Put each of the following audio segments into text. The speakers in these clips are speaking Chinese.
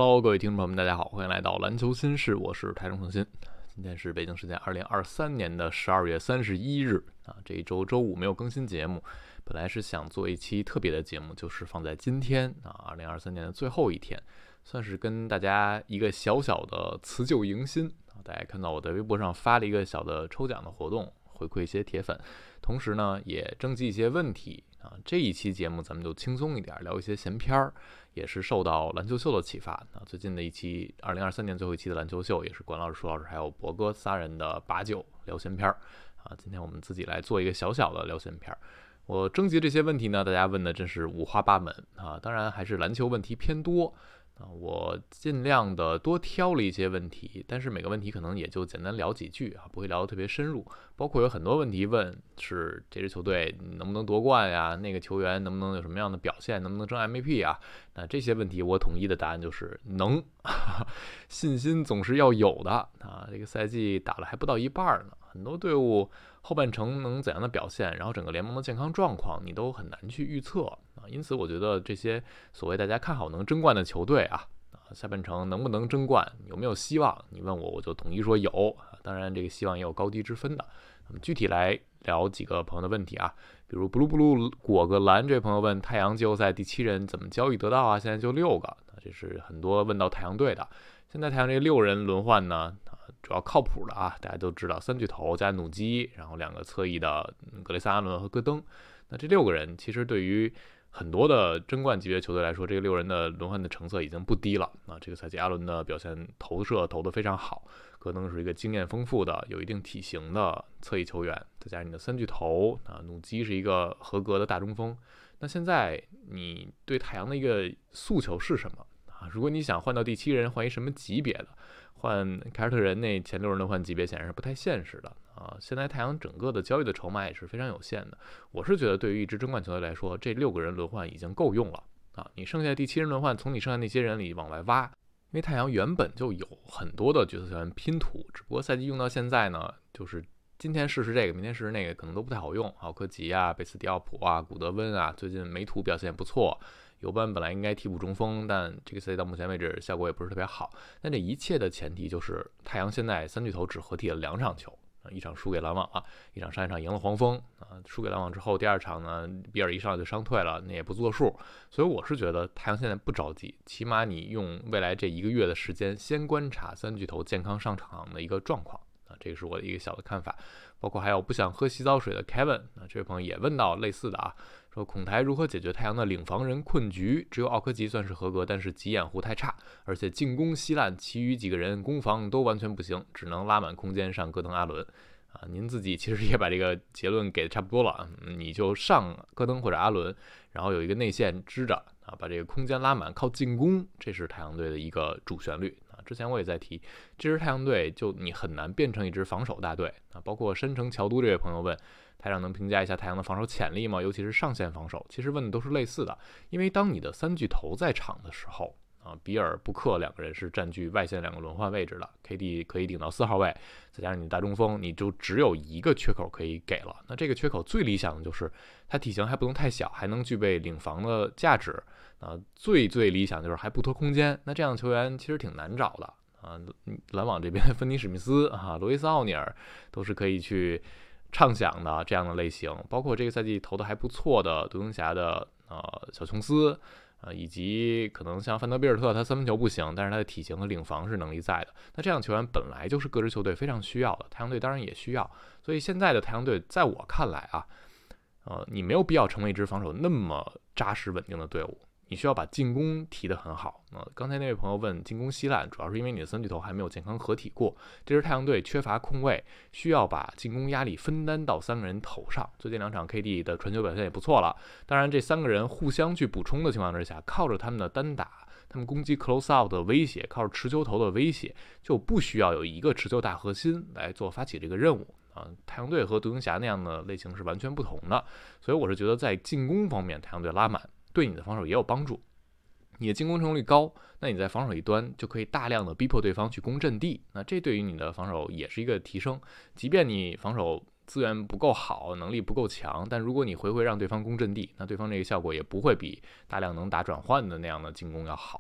Hello，各位听众朋友们，大家好，欢迎来到篮球新事，我是台中创新。今天是北京时间2023年的12月31日啊，这一周周五没有更新节目。本来是想做一期特别的节目，就是放在今天啊，2023年的最后一天，算是跟大家一个小小的辞旧迎新啊。大家看到我在微博上发了一个小的抽奖的活动，回馈一些铁粉，同时呢也征集一些问题啊。这一期节目咱们就轻松一点，聊一些闲篇儿。也是受到篮球秀的启发啊，最近的一期2023年最后一期的篮球秀，也是管老师、舒老师还有博哥仨人的8-9聊闲篇啊。今天我们自己来做一个小小的聊闲篇。我征集这些问题呢，大家问的真是五花八门啊，当然还是篮球问题偏多啊。我尽量的多挑了一些问题，但是每个问题可能也就简单聊几句啊，不会聊得特别深入。包括有很多问题问是这支球队能不能夺冠呀，那个球员能不能有什么样的表现，能不能争 MVP 啊？那这些问题我统一的答案就是能，信心总是要有的啊。这个赛季打了还不到一半呢，很多队伍后半程能怎样的表现，然后整个联盟的健康状况你都很难去预测啊。因此我觉得这些所谓大家看好能争冠的球队啊，下半程能不能争冠，有没有希望？你问我，我就统一说有。当然，这个希望也有高低之分的。我们具体来聊几个朋友的问题啊，比如 blue 果个蓝这位朋友问，太阳季后赛第7人怎么交易得到啊？现在就6个，这是很多问到太阳队的。现在太阳这6人轮换呢，主要靠谱的啊，大家都知道3巨头加努基，然后2个侧翼的格雷萨阿伦和戈登。那这6个人其实对于很多的争冠级别球队来说，这个6人的轮换的成色已经不低了啊。这个赛季阿伦的表现投射投得非常好，戈登是一个经验丰富的、有一定体型的侧翼球员，再加上你的3巨头啊，努基是一个合格的大中锋。那现在你对太阳的一个诉求是什么啊？如果你想换到第7人，换一什么级别的？换凯尔特人那前6人轮换级别显然是不太现实的啊！现在太阳整个的交易的筹码也是非常有限的。我是觉得对于一支争冠球队来说，这6个人轮换已经够用了啊！你剩下第7人轮换，从你剩下那些人里往外挖，因为太阳原本就有很多的角色球员拼图，只不过赛季用到现在呢，就是今天试试这个，明天试试那个，可能都不太好用。奥科吉啊、贝斯迪奥普啊、古德温啊，最近美图表现也不错。尤班本来应该替补中锋，但这个赛季到目前为止效果也不是特别好。但这一切的前提就是太阳现在3巨头只合体了2场球，一场输给篮网了，上一场赢了黄蜂啊。输给篮网之后，第2场呢，比尔一上来就伤退了，那也不作数。所以我是觉得太阳现在不着急，起码你用未来这1个月的时间，先观察3巨头健康上场的一个状况啊，这个是我的一个小的看法。包括还有不想喝洗澡水的 Kevin 啊，这位朋友也问到类似的啊。说孔台如何解决太阳的领防人困局？只有奥科吉算是合格，但是急掩护太差，而且进攻稀烂，其余几个人攻防都完全不行，只能拉满空间上戈登、阿伦。啊，您自己其实也把这个结论给的差不多了，你就上戈登或者阿伦，然后有一个内线支着啊，把这个空间拉满，靠进攻，这是太阳队的一个主旋律啊。之前我也在提，这支太阳队就你很难变成一支防守大队啊。包括深城乔都这位朋友问，台长能评价一下太阳的防守潜力吗？尤其是上线防守，其实问的都是类似的。因为当你的3巨头在场的时候啊，比尔、布克2个人是占据外线2个轮换位置的 ，KD 可以顶到4号位，再加上你大中锋，你就只有一个缺口可以给了。那这个缺口最理想的就是他体型还不能太小，还能具备领防的价值啊。最理想就是还不拖空间。那这样的球员其实挺难找的啊。篮网这边芬尼史密斯啊、罗伊斯奥尼尔都是可以去畅想的这样的类型，包括这个赛季投的还不错的独行侠的小琼斯以及可能像范德比尔特，他3分球不行，但是他的体型和领防是能力在的。那这样球员本来就是各支球队非常需要的，太阳队当然也需要。所以现在的太阳队在我看来啊，你没有必要成为一支防守那么扎实稳定的队伍。你需要把进攻提得很好。刚才那位朋友问进攻稀烂，主要是因为你的3巨头还没有健康合体过。这支太阳队缺乏控卫，需要把进攻压力分担到3个人头上。最近2场 KD 的传球表现也不错了。当然，这3个人互相去补充的情况之下，靠着他们的单打，他们攻击 close out 的威胁，靠着持球投的威胁，就不需要有一个持球大核心来做发起这个任务。太阳队和独行侠那样的类型是完全不同的。所以我是觉得在进攻方面，太阳队拉满对你的防守也有帮助。你的进攻成功率高，那你在防守一端就可以大量的逼迫对方去攻阵地，那这对于你的防守也是一个提升。即便你防守资源不够好，能力不够强，但如果你回让对方攻阵地，那对方这个效果也不会比大量能打转换的那样的进攻要好。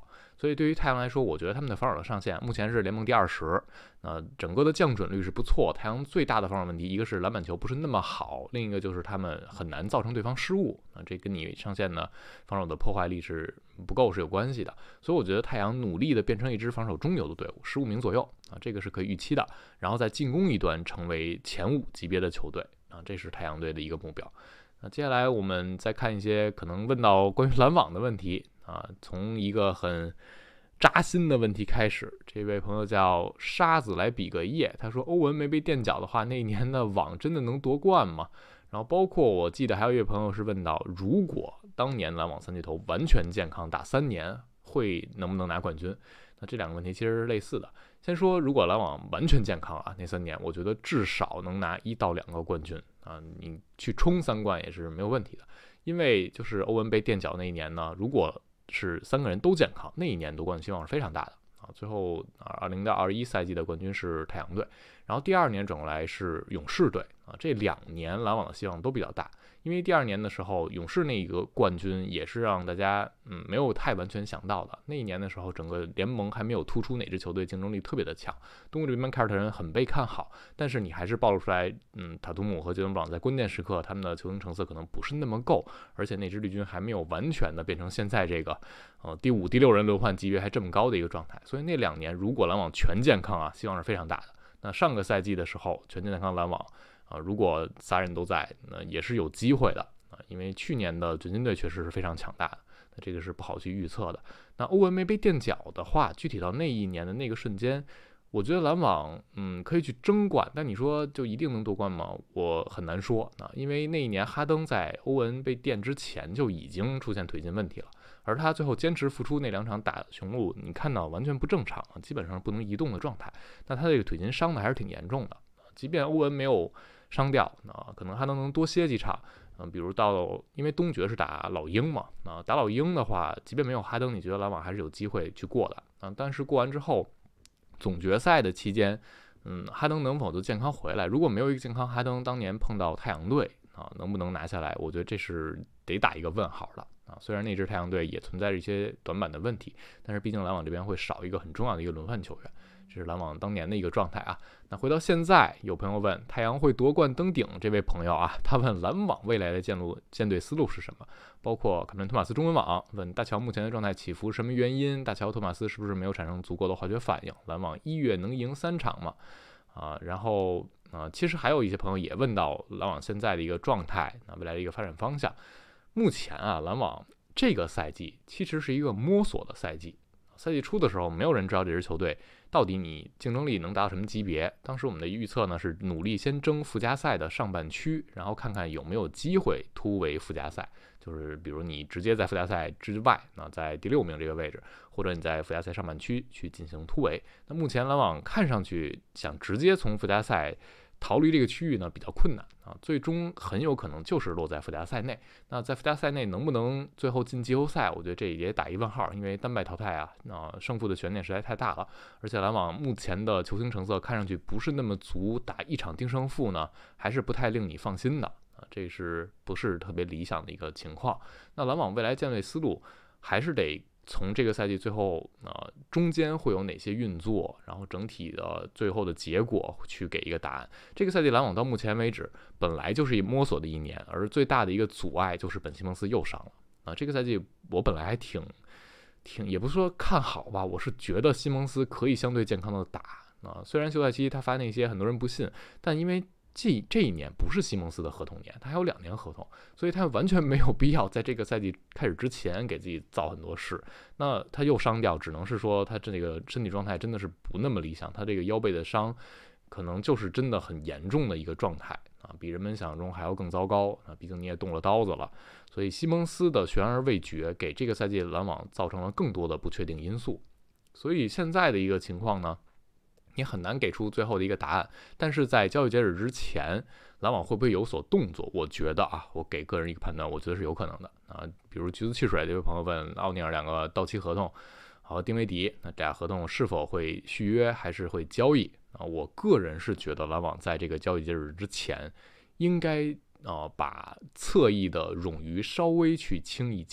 所以对于太阳来说，我觉得他们的防守的上限目前是联盟第20，整个的降准率是不错。太阳最大的防守问题，一个是篮板球不是那么好，另一个就是他们很难造成对方失误，这跟你上限的防守的破坏力是不够是有关系的。所以我觉得太阳努力的变成一支防守中游的队伍，15名左右这个是可以预期的。然后在进攻一端成为前5级别的球队这是太阳队的一个目标。那接下来我们再看一些可能问到关于篮网的问题从一个很扎心的问题开始。这位朋友叫沙子来比个耶，他说欧文没被垫脚的话，那一年的网真的能夺冠吗？然后包括我记得还有一位朋友是问到，如果当年篮网三巨头完全健康打3年，能不能拿冠军？那这两个问题其实是类似的。先说如果篮网完全健康那3年我觉得至少能拿1到2个冠军你去冲3冠也是没有问题的。因为就是欧文被垫脚那一年呢，如果是3个人都健康，那一年夺冠希望是非常大的最后20到21赛季的冠军是太阳队，然后第2年转过来是勇士队这2年篮网的希望都比较大。因为第2年的时候，勇士那个冠军也是让大家没有太完全想到的。那一年的时候，整个联盟还没有突出哪支球队竞争力特别的强，东部这边凯尔特人很被看好，但是你还是暴露出来，塔图姆和杰伦布朗在关键时刻他们的球星成色可能不是那么够，而且那支绿军还没有完全的变成现在这个第5、第6人轮换级别还这么高的一个状态。所以那2年如果篮网全健康希望是非常大的。那上个赛季的时候，全健康篮网如果3人都在，那也是有机会的因为去年的掘金队确实是非常强大的，那这个是不好去预测的。那欧文没被垫脚的话，具体到那一年的那个瞬间，我觉得篮网可以去争冠，但你说就一定能夺冠吗？我很难说因为那一年哈登在欧文被垫之前就已经出现腿筋问题了，而他最后坚持复出那2场打雄鹿，你看到完全不正常基本上不能移动的状态。那他这个腿筋伤的还是挺严重的，即便欧文没有伤掉可能哈登能多歇几场比如因为东决是打老鹰嘛打老鹰的话，即便没有哈登，你觉得篮网还是有机会去过的但是过完之后，总决赛的期间哈登能否就健康回来？如果没有一个健康哈登，当年碰到太阳队能不能拿下来？我觉得这是得打一个问号了虽然那支太阳队也存在着一些短板的问题，但是毕竟篮网这边会少一个很重要的一个轮换球员，这是篮网当年的一个状态那回到现在，有朋友问太阳会夺冠登顶，这位朋友他问篮网未来的建队思路是什么？包括卡梅伦托马斯中文网问大乔目前的状态起伏什么原因？大乔托马斯是不是没有产生足够的化学反应？篮网1月能赢3场吗？然后其实还有一些朋友也问到篮网现在的一个状态未来的一个发展方向。目前篮网这个赛季其实是一个摸索的赛季，赛季初的时候没有人知道这支球队到底你竞争力能达到什么级别。当时我们的预测呢是努力先争附加赛的上半区，然后看看有没有机会突围附加赛，就是比如你直接在附加赛之外在第6名这个位置，或者你在附加赛上半区去进行突围。那目前篮网看上去想直接从附加赛逃离这个区域呢比较困难最终很有可能就是落在附加赛内。那在附加赛内能不能最后进季后赛，我觉得这也打一问号，因为单败淘汰胜负的悬念实在太大了。而且篮网目前的球星成色看上去不是那么足，打1场定胜负呢还是不太令你放心的这是不是特别理想的一个情况。那篮网未来建队思路还是得从这个赛季最后中间会有哪些运作，然后整体的最后的结果去给一个答案。这个赛季篮网到目前为止本来就是摸索的一年，而最大的一个阻碍就是本西蒙斯又伤了这个赛季我本来还挺也不是说看好吧，我是觉得西蒙斯可以相对健康的打虽然休赛期他发那些很多人不信，但因为这一年不是西蒙斯的合同年，他还有2年合同，所以他完全没有必要在这个赛季开始之前给自己造很多事。那他又伤掉，只能是说他这个身体状态真的是不那么理想，他这个腰背的伤可能就是真的很严重的一个状态比人们想象中还要更糟糕毕竟你也动了刀子了。所以西蒙斯的悬而未决给这个赛季篮网造成了更多的不确定因素。所以现在的一个情况呢，你很难给出最后的一个答案。但是在交易截止之前，篮网会不会有所动作？我觉得我给个人一个判断，我觉得是有可能的比如橘子汽水这位朋友问奥尼尔2个到期合同和丁威迪，那这俩合同是否会续约还是会交易我个人是觉得篮网在这个交易截止之前应该把侧翼的冗余稍微去清一清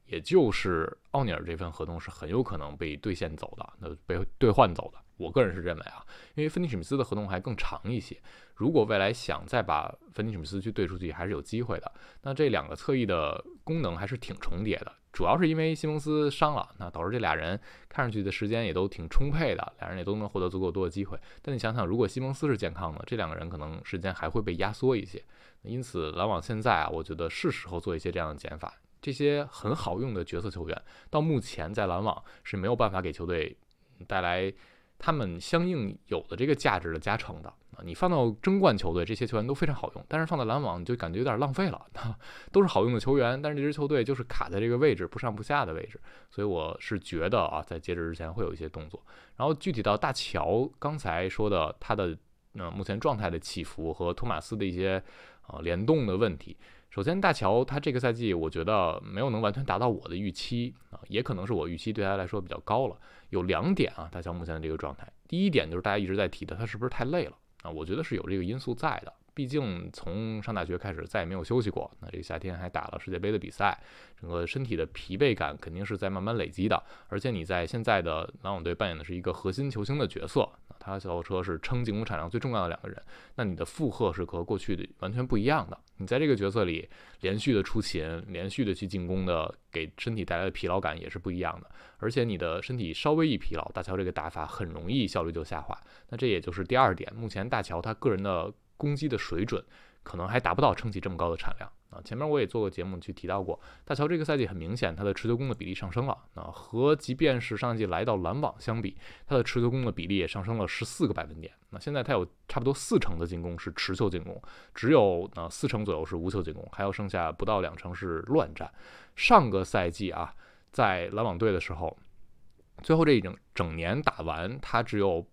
也就是奥尼尔这份合同是很有可能被兑现走的，被兑换走的。我个人是认为啊，因为芬尼史密斯的合同还更长一些，如果未来想再把芬尼史密斯去兑出去，还是有机会的。那这两个侧翼的功能还是挺重叠的，主要是因为西蒙斯伤了，那导致这俩人看上去的时间也都挺充沛的，俩人也都能获得足够多的机会。但你想想，如果西蒙斯是健康的，这两个人可能时间还会被压缩一些。因此，篮网现在啊，我觉得是时候做一些这样的减法。这些很好用的角色球员，到目前在篮网是没有办法给球队带来他们相应有的这个价值的加成的。你放到争冠球队，这些球员都非常好用，但是放到篮网你就感觉有点浪费了。都是好用的球员，但是这支球队就是卡在这个位置不上不下的位置，所以我是觉得啊，在截止之前会有一些动作。然后具体到大乔刚才说的他的目前状态的起伏和托马斯的一些联动的问题。首先，大乔他这个赛季我觉得没有能完全达到我的预期啊，也可能是我预期对他来说比较高了。有2点啊，大乔目前的这个状态，第一点就是大家一直在提的，他是不是太累了啊？我觉得是有这个因素在的。毕竟从上大学开始再也没有休息过，那这个夏天还打了世界杯的比赛，整个身体的疲惫感肯定是在慢慢累积的。而且你在现在的篮网队扮演的是一个核心球星的角色，他和小火车是撑进攻产量最重要的2个人，那你的负荷是和过去的完全不一样的。你在这个角色里连续的出勤，连续的去进攻的，给身体带来的疲劳感也是不一样的。而且你的身体稍微一疲劳，大乔这个打法很容易效率就下滑。那这也就是第2点，目前大乔他个人的攻击的水准可能还达不到撑起这么高的产量啊。前面我也做过节目去提到过，大乔这个赛季很明显他的持球攻的比例上升了啊，和即便是上一季来到篮网相比，他的持球攻的比例也上升了14个百分点。那现在他有差不多40%的进攻是持球进攻，只有40%左右是无球进攻，还有剩下不到2成是乱战。上个赛季啊，在篮网队的时候，最后这一整年打完，他只有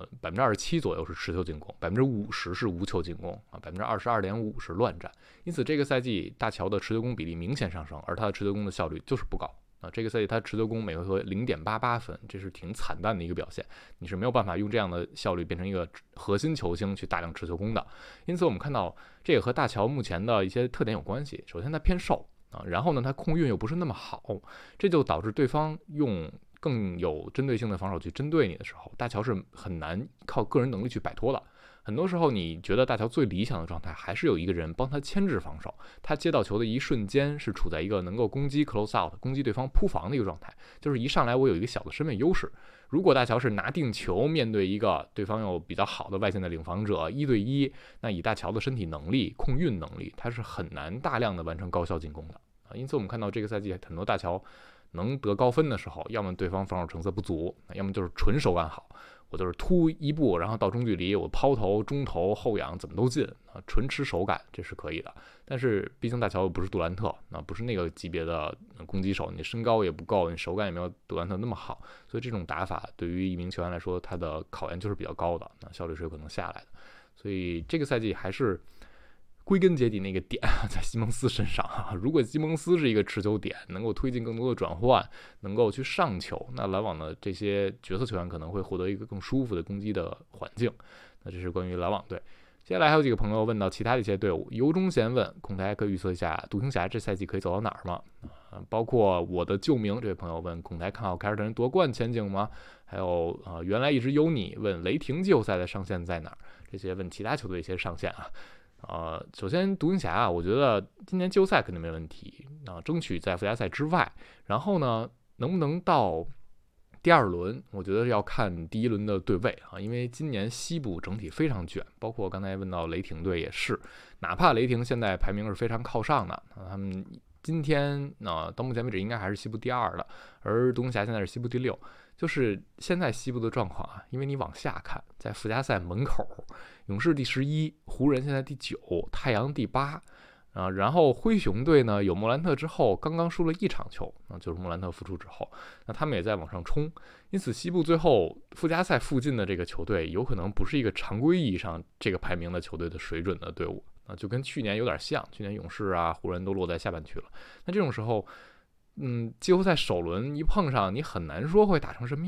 27%左右是持球进攻，50%是无球进攻啊，22.5%是乱战。因此这个赛季大乔的持球攻比例明显上升，而他的持球攻的效率就是不高啊。这个赛季他持球攻每回合0.88分，这是挺惨淡的一个表现。你是没有办法用这样的效率变成一个核心球星去大量持球攻的。因此我们看到这也和大乔目前的一些特点有关系。首先他偏瘦啊，然后呢他控运又不是那么好，这就导致对方用更有针对性的防守去针对你的时候，大乔是很难靠个人能力去摆脱的。很多时候你觉得大乔最理想的状态还是有一个人帮他牵制防守，他接到球的一瞬间是处在一个能够攻击 close out 攻击对方扑防的一个状态，就是一上来我有一个小的身位优势。如果大乔是拿定球面对一个对方有比较好的外线的领防者1对1，那以大乔的身体能力控运能力，他是很难大量的完成高效进攻的啊。因此我们看到这个赛季很多大乔能得高分的时候，要么对方防守成色不足，要么就是纯手感好，我就是突一步，然后到中距离我抛投、中投、后仰怎么都进啊，纯吃手感，这是可以的。但是毕竟大乔又不是杜兰特，不是那个级别的攻击手，你身高也不够，你手感也没有杜兰特那么好，所以这种打法对于一名球员来说，他的考验就是比较高的，效率是有可能下来的。所以这个赛季还是归根结底那个点在西蒙斯身上啊，如果西蒙斯是一个持球点，能够推进更多的转换，能够去上球，那篮网的这些角色球员可能会获得一个更舒服的攻击的环境。那这是关于篮网队。接下来还有几个朋友问到其他的一些队伍，由衷闲问，孔台可以预测一下独行侠这赛季可以走到哪儿吗？包括我的旧名这位朋友问孔台看好凯尔特人夺冠前景吗？还有原来一直有你问雷霆季后赛的上限在哪儿？这些问其他球队一些上限啊。首先独行侠啊，我觉得今年季后赛肯定没问题啊，争取在附加赛之外。然后呢，能不能到第2轮，我觉得要看第1轮的对位啊，因为今年西部整体非常卷，包括刚才问到雷霆队也是，哪怕雷霆现在排名是非常靠上的他们今天到目前为止应该还是西部第2的，而独行侠现在是西部第6。就是现在西部的状况啊，因为你往下看，在附加赛门口，勇士第11，湖人现在第9，太阳第8然后灰熊队呢有莫兰特之后刚刚输了1场球就是莫兰特复出之后，那他们也在往上冲。因此西部最后附加赛附近的这个球队有可能不是一个常规意义上这个排名的球队的水准的队伍就跟去年有点像，去年勇士啊湖人都落在下半区了。那这种时候季后赛首轮一碰上，你很难说会打成什么样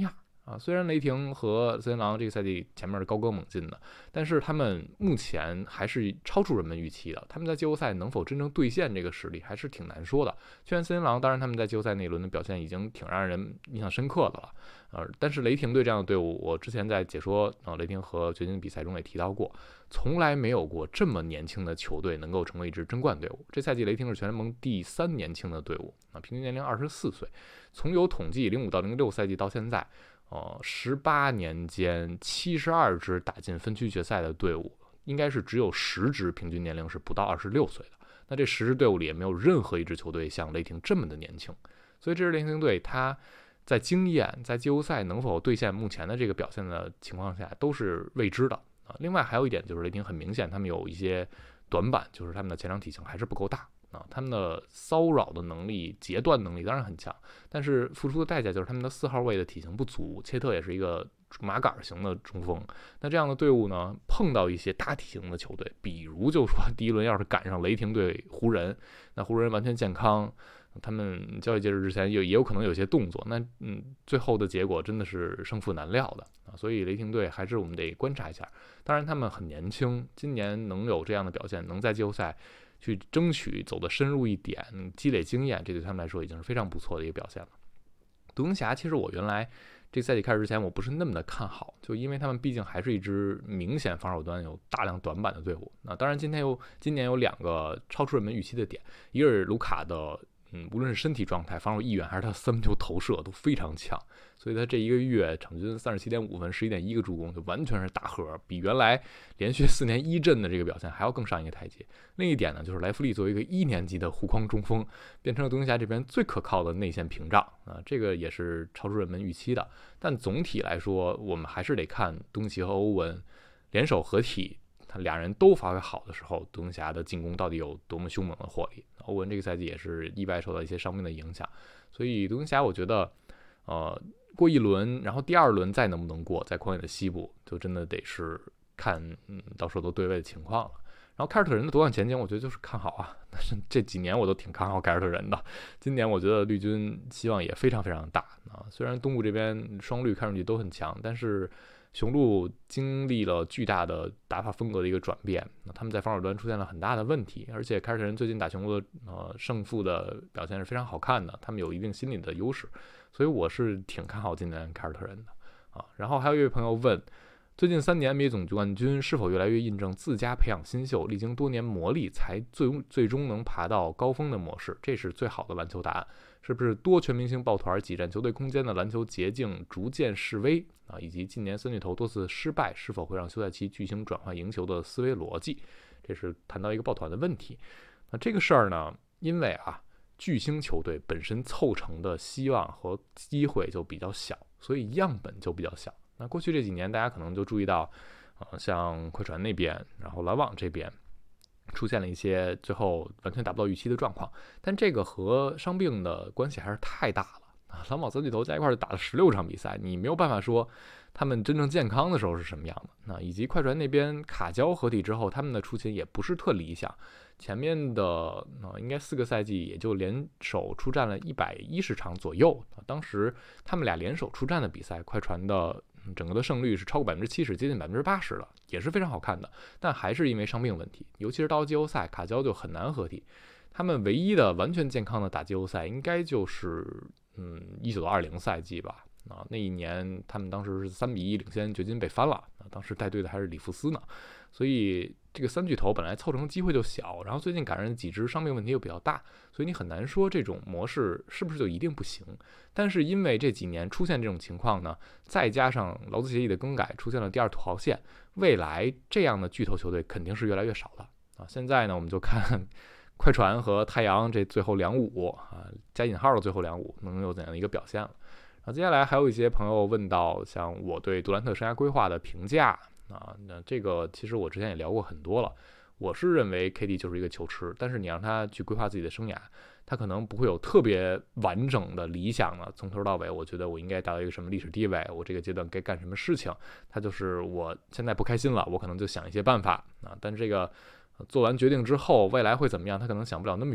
啊。虽然雷霆和森林狼这个赛季前面是高歌猛进的，但是他们目前还是超出人们预期的。他们在季后赛能否真正兑现这个实力，还是挺难说的。去年森林狼，当然他们在季后赛那一轮的表现已经挺让人印象深刻的了。但是雷霆队这样的队伍，我之前在解说雷霆和掘金比赛中也提到过，从来没有过这么年轻的球队能够成为一支争冠队伍。这赛季雷霆是全联盟第3年轻的队伍啊，平均年龄24岁。从有统计05到06赛季到现在，18年间72支打进分区决赛的队伍，应该是只有10支平均年龄是不到26岁的。那这10支队伍里也没有任何一支球队像雷霆这么的年轻，所以这支雷霆队他在经验在季后赛能否兑现目前的这个表现的情况下都是未知的啊。另外还有一点就是雷霆很明显他们有一些短板，就是他们的前场体型还是不够大啊，他们的骚扰的能力、截断能力当然很强，但是付出的代价就是他们的4号位的体型不足。切特也是一个马杆型的中锋，那这样的队伍呢，碰到一些大体型的球队，比如就说第一轮要是赶上雷霆对湖人，那湖人完全健康，他们交易截止之前也有可能有些动作，那最后的结果真的是胜负难料的啊，所以雷霆队还是我们得观察一下。当然他们很年轻，今年能有这样的表现，能在季后赛去争取走得深入一点，积累经验，这对他们来说已经是非常不错的一个表现了。独行侠其实我原来这赛季开始之前我不是那么的看好，就因为他们毕竟还是一支明显防守端有大量短板的队伍。那当然今年有2个超出人们预期的点，一个是卢卡的无论是身体状态、防守意愿还是他3分球投射都非常强，所以他这一个月场均37.5分、11.1个助攻，就完全是大核，比原来连续4年1阵的这个表现还要更上一个台阶。另一点呢，就是莱弗利作为一个1年级的护框中锋，变成了独行侠这边最可靠的内线屏障啊，这个也是超出人们预期的。但总体来说，我们还是得看东契和欧文联手合体，他俩人都发挥好的时候，独行侠的进攻到底有多么凶猛的火力。欧文这个赛季也是意外受到一些伤病的影响，所以独行侠我觉得过一轮，然后第2轮再能不能过，在旷野的西部就真的得是看到时候都对位的情况了。然后凯尔特人的夺冠前景我觉得就是看好啊，但是这几年我都挺看好凯尔特人的，今年我觉得绿军希望也非常非常大啊。虽然东部这边双绿看上去都很强，但是雄鹿经历了巨大的打法风格的一个转变，那他们在防守端出现了很大的问题，而且凯尔特人最近打雄鹿的胜负的表现是非常好看的，他们有一定心理的优势，所以我是挺看好今年凯尔特人的啊。然后还有一位朋友问，最近3年 NBA 总冠军是否越来越印证自家培养新秀，历经多年磨砺才最终能爬到高峰的模式，这是最好的篮球答案？是不是多全明星抱团挤占球队空间的篮球捷径逐渐式微啊？以及近年3巨头多次失败，是否会让休赛期巨星转换赢球的思维逻辑？这是谈到一个抱团的问题。那这个事儿呢，因为巨星球队本身凑成的希望和机会就比较小，所以样本就比较小。那过去这几年大家可能就注意到像快船那边，然后篮网这边出现了一些最后完全达不到预期的状况，但这个和伤病的关系还是太大了啊！篮网3巨头加一块打了16场比赛，你没有办法说他们真正健康的时候是什么样的。那以及快船那边卡焦合体之后，他们的出勤也不是特理想，前面的应该4个赛季也就联手出战了110场左右，当时他们俩联手出战的比赛，快船的整个的胜率是超过70%，接近80%了，也是非常好看的。但还是因为伤病问题，尤其是到季后赛，卡焦就很难合体。他们唯一的完全健康的打季后赛，应该就是19到20赛季吧。那一年他们当时是3-1领先掘金被翻了，当时带队的还是里弗斯呢。所以这个3巨头本来凑成机会就小，然后最近赶上几支伤病问题又比较大，所以你很难说这种模式是不是就一定不行。但是因为这几年出现这种情况呢，再加上劳资协议的更改，出现了第2土豪线，未来这样的巨头球队肯定是越来越少了啊。现在呢，我们就看快船和太阳这最后2-5加引号的最后2-5能有怎样的一个表现了。然后接下来还有一些朋友问到像我对杜兰特生涯规划的评价那这个其实我之前也聊过很多了。我是认为 KD 就是一个球痴，但是你让他去规划自己的生涯，他可能不会有特别完整的理想的，从头到尾我觉得我应该达到一个什么历史地位，我这个阶段该干什么事情，他就是我现在不开心了，我可能就想一些办法但是这个做完决定之后未来会怎么样，他可能想不了那么远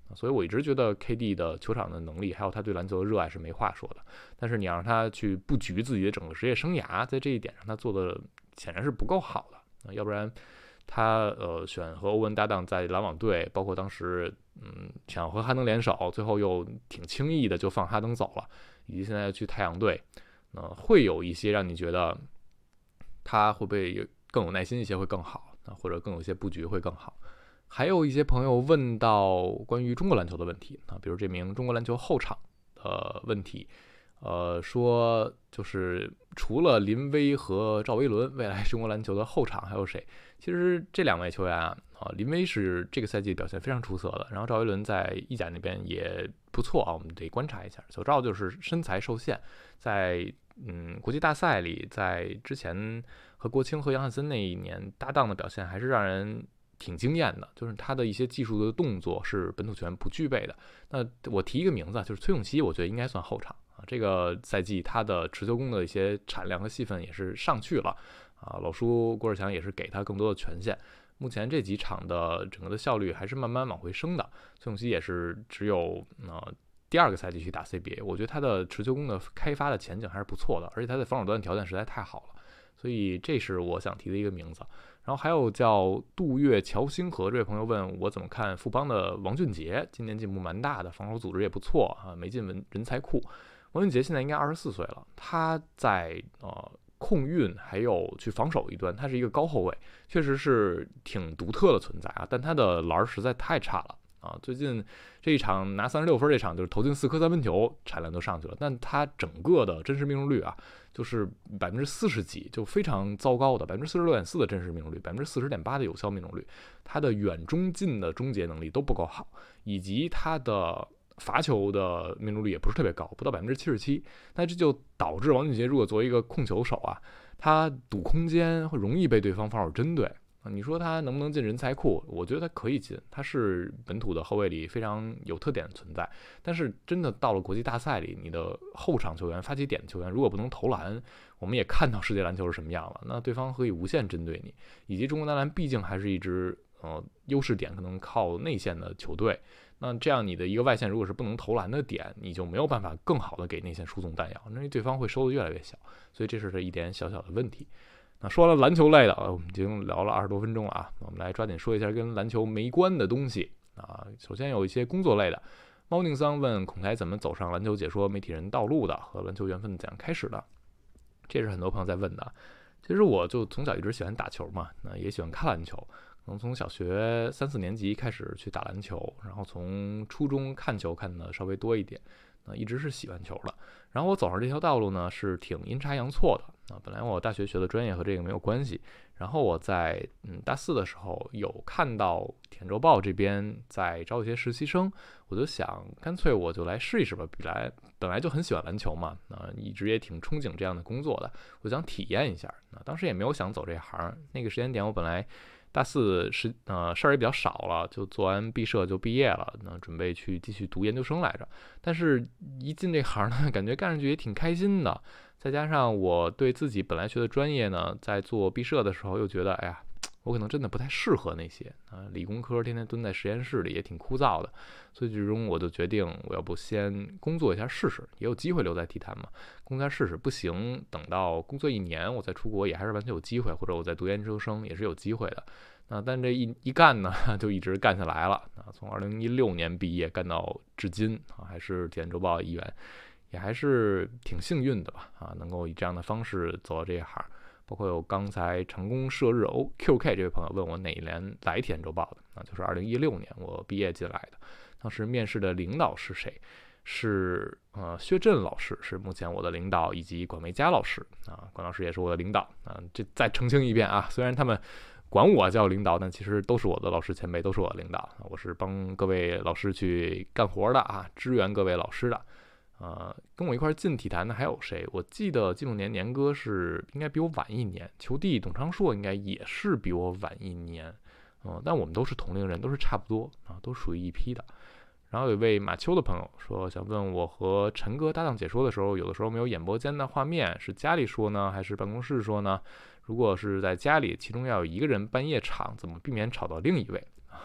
所以我一直觉得 KD 的球场的能力，还有他对篮球的热爱是没话说的。但是你让他去布局自己的整个职业生涯，在这一点上他做的显然是不够好的。要不然他选和欧文搭档在篮网队，包括当时想和哈登联手，最后又挺轻易的就放哈登走了，以及现在去太阳队，会有一些让你觉得他会不会更有耐心一些会更好，或者更有一些布局会更好。还有一些朋友问到关于中国篮球的问题比如这名中国篮球后场的问题，说就是除了林威和赵维伦，未来中国篮球的后场还有谁？其实这两位球员林威是这个赛季表现非常出色的，然后赵维伦在意甲那边也不错我们得观察一下。小赵就是身材受限，在国际大赛里，在之前和国青和杨汉森那一年搭档的表现还是让人挺惊艳的，就是他的一些技术的动作是本土球员不具备的。那我提一个名字，就是崔永熙，我觉得应该算后场这个赛季他的持球攻的一些产量和戏份也是上去了老叔郭志强也是给他更多的权限。目前这几场的整个的效率还是慢慢往回升的。崔永熙也是只有第2个赛季去打 CBA， 我觉得他的持球攻的开发的前景还是不错的，而且他的防守端条件实在太好了，所以这是我想提的一个名字。然后还有叫杜月乔星河这位朋友问我怎么看富邦的王俊杰，今年进步蛮大的，防守组织也不错没进人才库。王俊杰现在应该24岁了，他在控运还有去防守一端，他是一个高后卫，确实是挺独特的存在但他的篮实在太差了最近这一场拿36分，这场就是投进4颗3分球，产量都上去了，但他整个的真实命中率就是40%几，就非常糟糕的46.4%的真实命中率，40.8%的有效命中率，他的远中近的终结能力都不够好，以及他的罚球的命中率也不是特别高，不到77%。那这就导致王俊杰如果作为一个控球手他堵空间会容易被对方防守针对你说他能不能进人才库？我觉得他可以进，他是本土的后卫里非常有特点的存在。但是真的到了国际大赛里，你的后场球员、发起点的球员如果不能投篮，我们也看到世界篮球是什么样了。那对方可以无限针对你，以及中国男篮毕竟还是一支优势点可能靠内线的球队。那这样你的一个外线如果是不能投篮的点，你就没有办法更好的给内线输送弹药，因为对方会收的越来越小，所以这是一点小小的问题。那说了篮球类的我们已经聊了20多分钟了我们来抓紧说一下跟篮球没关的东西首先有一些工作类的。猫宁桑问孔台怎么走上篮球解说媒体人道路的，和篮球缘分怎样开始的，这是很多朋友在问的。其实我就从小一直喜欢打球嘛，那也喜欢看篮球，从小学3、4年级开始去打篮球，然后从初中看球看的稍微多一点，一直是喜欢球的。然后我走上这条道路呢是挺阴差阳错的本来我大学学的专业和这个没有关系，然后我在大4的时候有看到体验周报这边在招一些实习生，我就想干脆我就来试一试吧，本来就很喜欢篮球嘛一直也挺憧憬这样的工作的，我想体验一下当时也没有想走这行，那个时间点我本来大4事儿也比较少了，就做完毕设就毕业了，准备去继续读研究生来着。但是一进这行呢，感觉干上去也挺开心的。再加上我对自己本来学的专业呢，在做毕设的时候又觉得，哎呀，我可能真的不太适合那些理工科天天蹲在实验室里也挺枯燥的。所以最终我就决定，我要不先工作一下试试，也有机会留在体坛嘛，工作一下试试，不行等到工作1年我再出国也还是完全有机会，或者我再读研究生也是有机会的。但这一干呢，就一直干下来了从2016年毕业干到至今还是体验周报一员，也还是挺幸运的吧能够以这样的方式走到这一行。包括有刚才成功射日 QK 这位朋友问我哪一年来体验周报的就是2016年我毕业进来的。当时面试的领导是谁？是薛震老师，是目前我的领导，以及管维佳老师管老师也是我的领导这再澄清一遍虽然他们管我叫领导，但其实都是我的老师前辈，都是我的领导我是帮各位老师去干活的支援各位老师的。跟我一块进体坛的还有谁？我记得季梦年年哥是应该比我晚1年，球弟董昌硕应该也是比我晚1年，但我们都是同龄人，都是差不多都属于一批的。然后有一位马秋的朋友说，想问我和陈哥搭档解说的时候，有的时候没有演播间的画面，是家里说呢，还是办公室说呢？如果是在家里，其中要有一个人半夜场，怎么避免吵到另一位？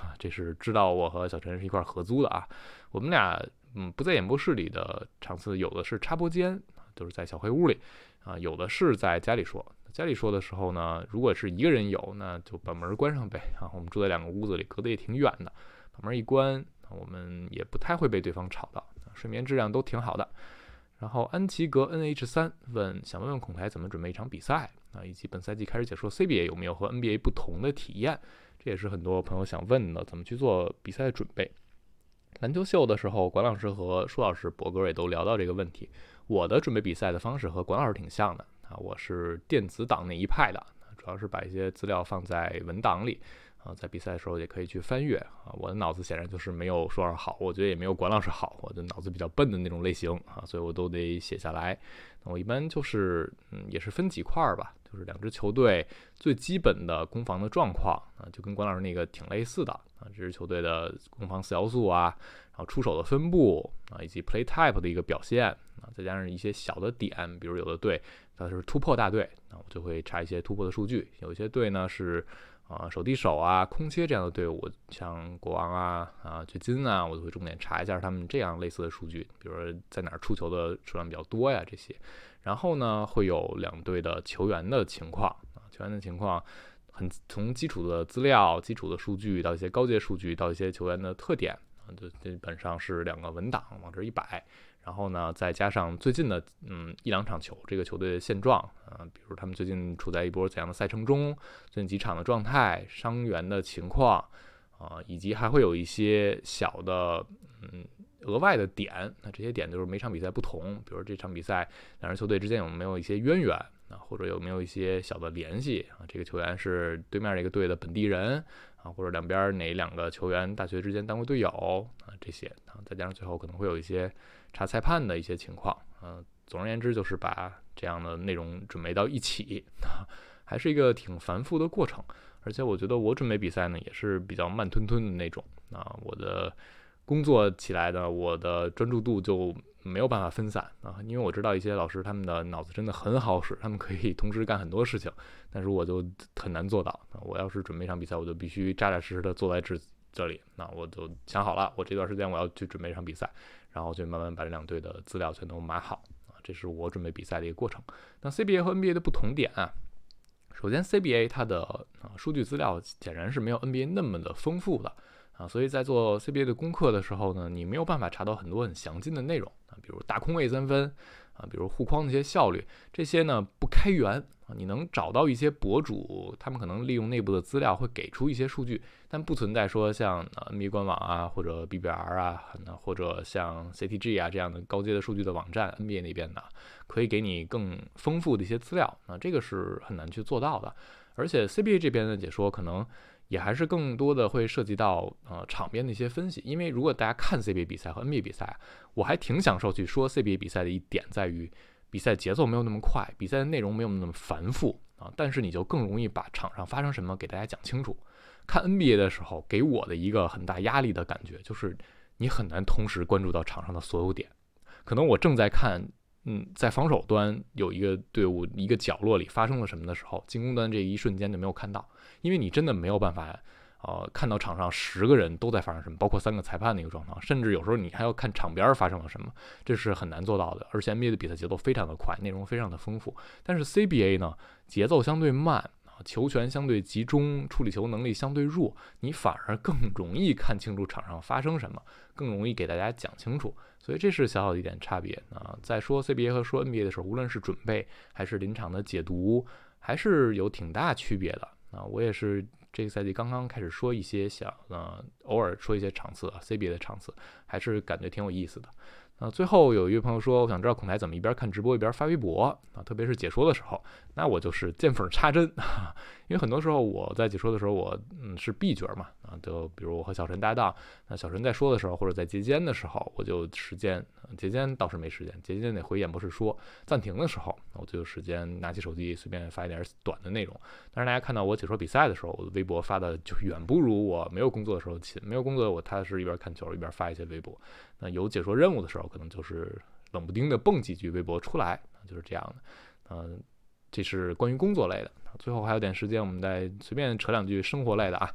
这是知道我和小陈是一块合租的啊。我们俩不在演播室里的场次，有的是插播间，就是在小黑屋里啊，有的是在家里说。家里说的时候呢，如果是一个人有，那就把门关上呗啊。我们住在2个屋子里，隔得也挺远的，把门一关，我们也不太会被对方吵到，睡眠质量都挺好的。然后安琪格 NH3 想问问孔台怎么准备一场比赛啊，以及本赛季开始解说 CBA 有没有和 NBA 不同的体验，这也是很多朋友想问的，怎么去做比赛的准备。篮球秀的时候，管老师和舒老师、博哥也都聊到这个问题。我的准备比赛的方式和管老师挺像的啊，我是电子档那一派的，主要是把一些资料放在文档里啊，在比赛的时候也可以去翻阅啊。我的脑子显然就是没有舒老师好，我觉得也没有管老师好，我的脑子比较笨的那种类型啊，所以我都得写下来。我一般就是也是分几块吧，就是2支球队最基本的攻防的状况啊，就跟管老师那个挺类似的啊，这支球队的攻防4要素啊，然后出手的分布啊，以及 play type 的一个表现啊，再加上一些小的点，比如有的队它是突破大队，那我就会查一些突破的数据；有一些队呢是手递手啊、空切这样的队伍，像国王啊、掘金啊，我就会重点查一下他们这样类似的数据，比如说在哪儿出球的数量比较多呀这些。然后呢，会有2队的球员的情况啊，球员的情况从基础的资料、基础的数据到一些高阶数据，到一些球员的特点啊，就基本上是2个文档往这一摆。然后呢，再加上最近的1-2场球，这个球队的现状啊，比如他们最近处在一波怎样的赛程中，最近几场的状态、伤员的情况啊，以及还会有一些小的额外的点。那这些点就是每场比赛不同，比如这场比赛2支球队之间有没有一些渊源啊，或者有没有一些小的联系啊？这个球员是对面这个队的本地人啊，或者两边哪2个球员大学之间当过队友啊，这些啊，再加上最后可能会有一些查裁判的一些情况，总而言之就是把这样的内容准备到一起，还是一个挺繁复的过程。而且我觉得我准备比赛呢也是比较慢吞吞的那种啊，我的工作起来呢，我的专注度就没有办法分散啊，因为我知道一些老师他们的脑子真的很好使，他们可以同时干很多事情，但是我就很难做到。我要是准备一场比赛，我就必须扎扎实实的坐在这里，那我就想好了，我这段时间我要去准备一场比赛，然后就慢慢把这2队的资料全都码好啊，这是我准备比赛的一个过程。那 CBA 和 NBA 的不同点啊，首先 CBA 它的数据资料显然是没有 NBA 那么的丰富的啊，所以在做 CBA 的功课的时候呢，你没有办法查到很多很详尽的内容啊，比如大空位3分啊，比如护框的一些效率，这些呢不开源啊，你能找到一些博主，他们可能利用内部的资料会给出一些数据，但不存在说像NBA 官网啊，或者 BBR 啊，或者像 CTG 啊这样的高阶的数据的网站 ，NBA 那边的可以给你更丰富的一些资料，那这个是很难去做到的。而且 CBA 这边的解说可能也还是更多的会涉及到场边的一些分析，因为如果大家看 CBA 比赛和 NBA 比赛，我还挺享受去说 CBA 比赛的一点在于，比赛节奏没有那么快，比赛的内容没有那么繁复啊，但是你就更容易把场上发生什么给大家讲清楚。看 NBA 的时候，给我的一个很大压力的感觉就是你很难同时关注到场上的所有点，可能我正在看在防守端有一个队伍一个角落里发生了什么的时候，进攻端这一瞬间就没有看到，因为你真的没有办法看到场上10个人都在发生什么，包括3个裁判的一个状况，甚至有时候你还要看场边发生了什么，这是很难做到的。而且 NBA 的比赛节奏非常的快，内容非常的丰富，但是 CBA 呢，节奏相对慢，球权相对集中，处理球能力相对弱，你反而更容易看清楚场上发生什么，更容易给大家讲清楚，所以这是小小的一点差别啊。在说 CBA 和说 NBA 的时候，无论是准备还是临场的解读，还是有挺大区别的啊。我也是这个赛季刚刚开始说一些偶尔说一些场次CBA 的场次，还是感觉挺有意思的。最后有一位朋友说，我想知道孔台怎么一边看直播一边发微博啊，特别是解说的时候，那我就是见缝插针因为很多时候我在解说的时候，我是 B 角嘛啊，就比如我和小陈搭档，那小陈在说的时候或者在截肩的时候，我就时间截肩倒是没时间，截肩得回演播室说，暂停的时候我就有时间拿起手机随便发一点短的内容。但是大家看到我解说比赛的时候，我的微博发的就远不如我没有工作的时候勤，没有工作我踏实一边看球一边发一些微博。那有解说任务的时候，可能就是冷不丁的蹦几句微博出来，就是这样的。这是关于工作类的。最后还有点时间，我们再随便扯2句生活类的啊。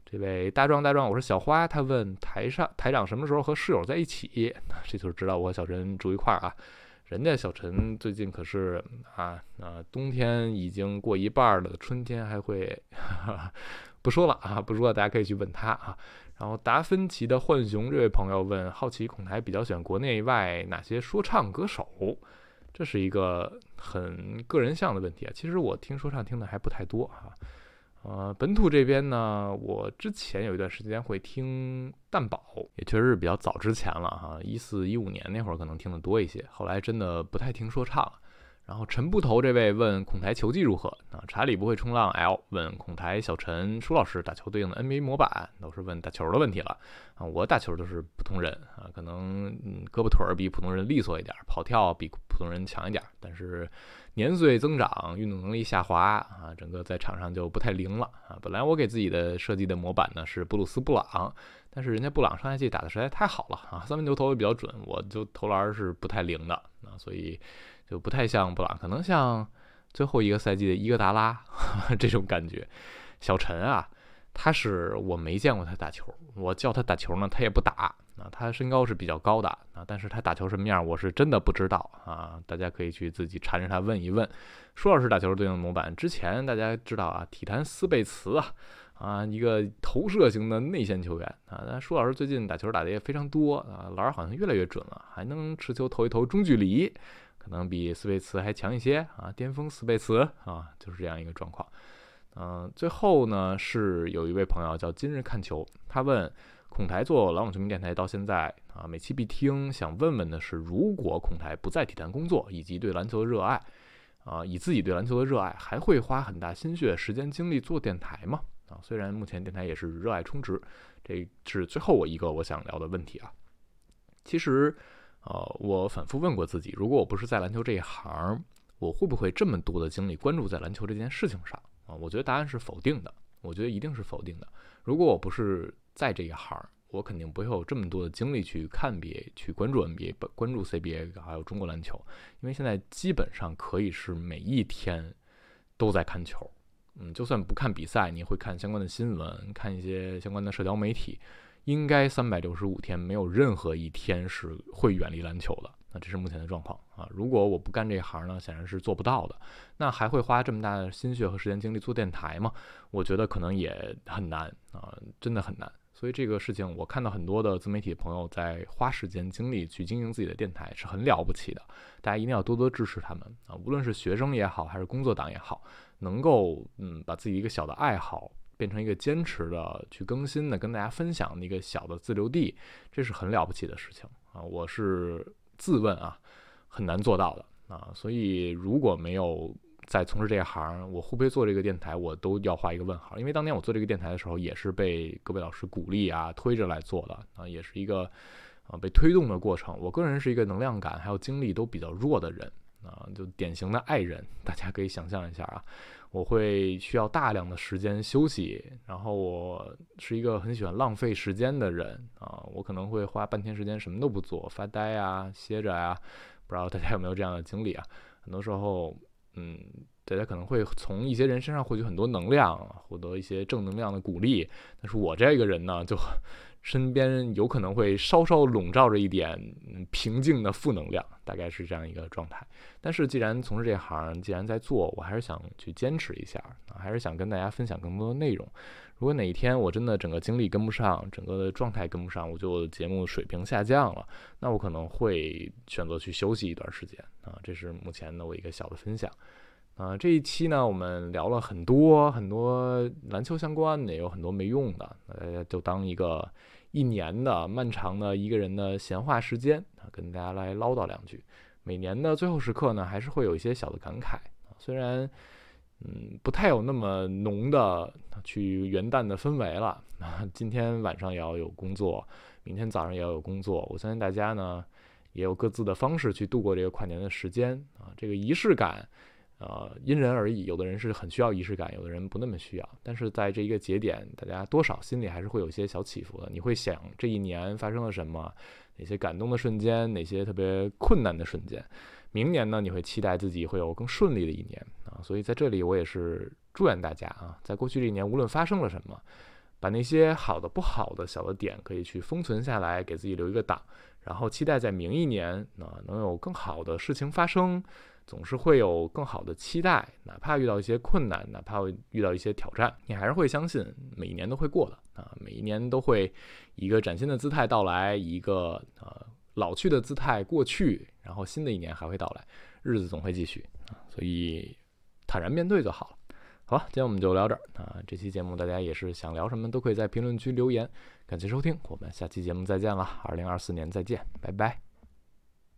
这位大壮，我是小花。他问台长什么时候和室友在一起？这就是知道我和小陈住一块儿啊。人家小陈最近可是冬天已经过一半了，春天还会不说了，大家可以去问他啊。然后达芬奇的浣熊这位朋友问，好奇孔台比较喜欢国内外哪些说唱歌手？这是一个很个人向的问题啊。其实我听说唱听的还不太多啊。本土这边呢，我之前有一段时间会听蛋堡，也确实是比较早之前了哈，14、15年那会儿可能听得多一些，后来真的不太听说唱了。然后陈不头这位问孔台球技如何啊？查理不会冲浪 L 问孔台小陈舒老师打球对应的 NBA 模板，都是问打球的问题了啊。我打球都是普通人啊，可能胳膊腿儿比普通人利索一点，跑跳比普通人强一点，但是年岁增长，运动能力下滑啊，整个在场上就不太灵了啊。本来我给自己的设计的模板呢是布鲁斯布朗，但是人家布朗上赛季打的实在太好了啊，三分球投的比较准，我就投篮是不太灵的啊，所以就不太像布朗，可能像最后一个赛季的伊戈达拉这种感觉。小陈啊，我没见过他打球，我叫他打球呢，他也不打啊。他身高是比较高的啊，但是他打球什么样，我是真的不知道啊。大家可以去自己缠着他问一问。舒老师打球对应模板，之前大家知道啊，体坛斯贝茨一个投射型的内线球员啊。但舒老师最近打球打的也非常多啊，篮好像越来越准了，还能持球投一投中距离。可能比斯贝茨还强一些啊，巅峰斯贝茨啊，就是这样一个状况。最后呢是有一位朋友叫今日看球，他问孔台做篮网球迷电台到现在啊，每期必听，想问问的是，如果孔台不在体坛工作，以及对篮球的热爱以自己对篮球的热爱，还会花很大心血、时间、精力做电台吗？虽然目前电台也是热爱充值，这是最后我想聊的问题啊。其实我反复问过自己，如果我不是在篮球这一行，我会不会这么多的精力关注在篮球这件事情上啊？我觉得答案是否定的，我觉得一定是否定的。如果我不是在这一行，我肯定不会有这么多的精力去看 NBA， 去关注 NBA， 关注 CBA， 还有中国篮球，因为现在基本上可以是每一天都在看球。就算不看比赛，你会看相关的新闻，看一些相关的社交媒体。应该365天没有任何一天是会远离篮球的，那这是目前的状况啊。如果我不干这行呢，显然是做不到的。那还会花这么大的心血和时间精力做电台吗？我觉得可能也很难啊，真的很难。所以这个事情，我看到很多的自媒体朋友在花时间精力去经营自己的电台，是很了不起的。大家一定要多多支持他们啊，无论是学生也好，还是工作党也好，能够把自己一个小的爱好变成一个坚持的去更新的跟大家分享的一个小的自留地，这是很了不起的事情啊！我是自问很难做到的啊，所以如果没有在从事这一行，我会不会做这个电台，我都要画一个问号。因为当年我做这个电台的时候，也是被各位老师鼓励推着来做的啊，也是一个被推动的过程。我个人是一个能量感还有精力都比较弱的人啊，就典型的爱人，大家可以想象一下我会需要大量的时间休息，然后我是一个很喜欢浪费时间的人我可能会花半天时间什么都不做，发呆歇着不知道大家有没有这样的经历很多时候大家可能会从一些人身上获取很多能量，获得一些正能量的鼓励，但是我这个人呢，就身边有可能会稍稍笼罩着一点平静的负能量，大概是这样一个状态。但是既然从事这行，既然在做，我还是想去坚持一下还是想跟大家分享更多的内容。如果哪一天我真的整个精力跟不上，整个的状态跟不上，我就节目水平下降了，那我可能会选择去休息一段时间这是目前的我一个小的分享这一期呢，我们聊了很多篮球相关的，也有很多没用的，大家就当一年的漫长的一个人的闲话时间跟大家来唠叨两句。每年的最后时刻呢，还是会有一些小的感慨虽然不太有那么浓的去元旦的氛围了今天晚上也要有工作，明天早上也要有工作，我相信大家呢也有各自的方式去度过这个跨年的时间这个仪式感因人而异，有的人是很需要仪式感，有的人不那么需要。但是在这一个节点，大家多少心里还是会有一些小起伏的。你会想这一年发生了什么，哪些感动的瞬间，哪些特别困难的瞬间。明年呢，你会期待自己会有更顺利的一年所以在这里我也是祝愿大家在过去这一年无论发生了什么， 把那些好的、不好的小的点可以去封存下来，给自己留一个档，然后期待在明一年能有更好的事情发生，总是会有更好的期待，哪怕遇到一些困难，哪怕遇到一些挑战，你还是会相信每一年都会过的每一年都会一个崭新的姿态到来，一个老去的姿态过去，然后新的一年还会到来，日子总会继续所以坦然面对就好了。好吧，今天我们就聊这儿这期节目大家也是想聊什么都可以在评论区留言，感谢收听，我们下期节目再见了，2024年再见，拜拜。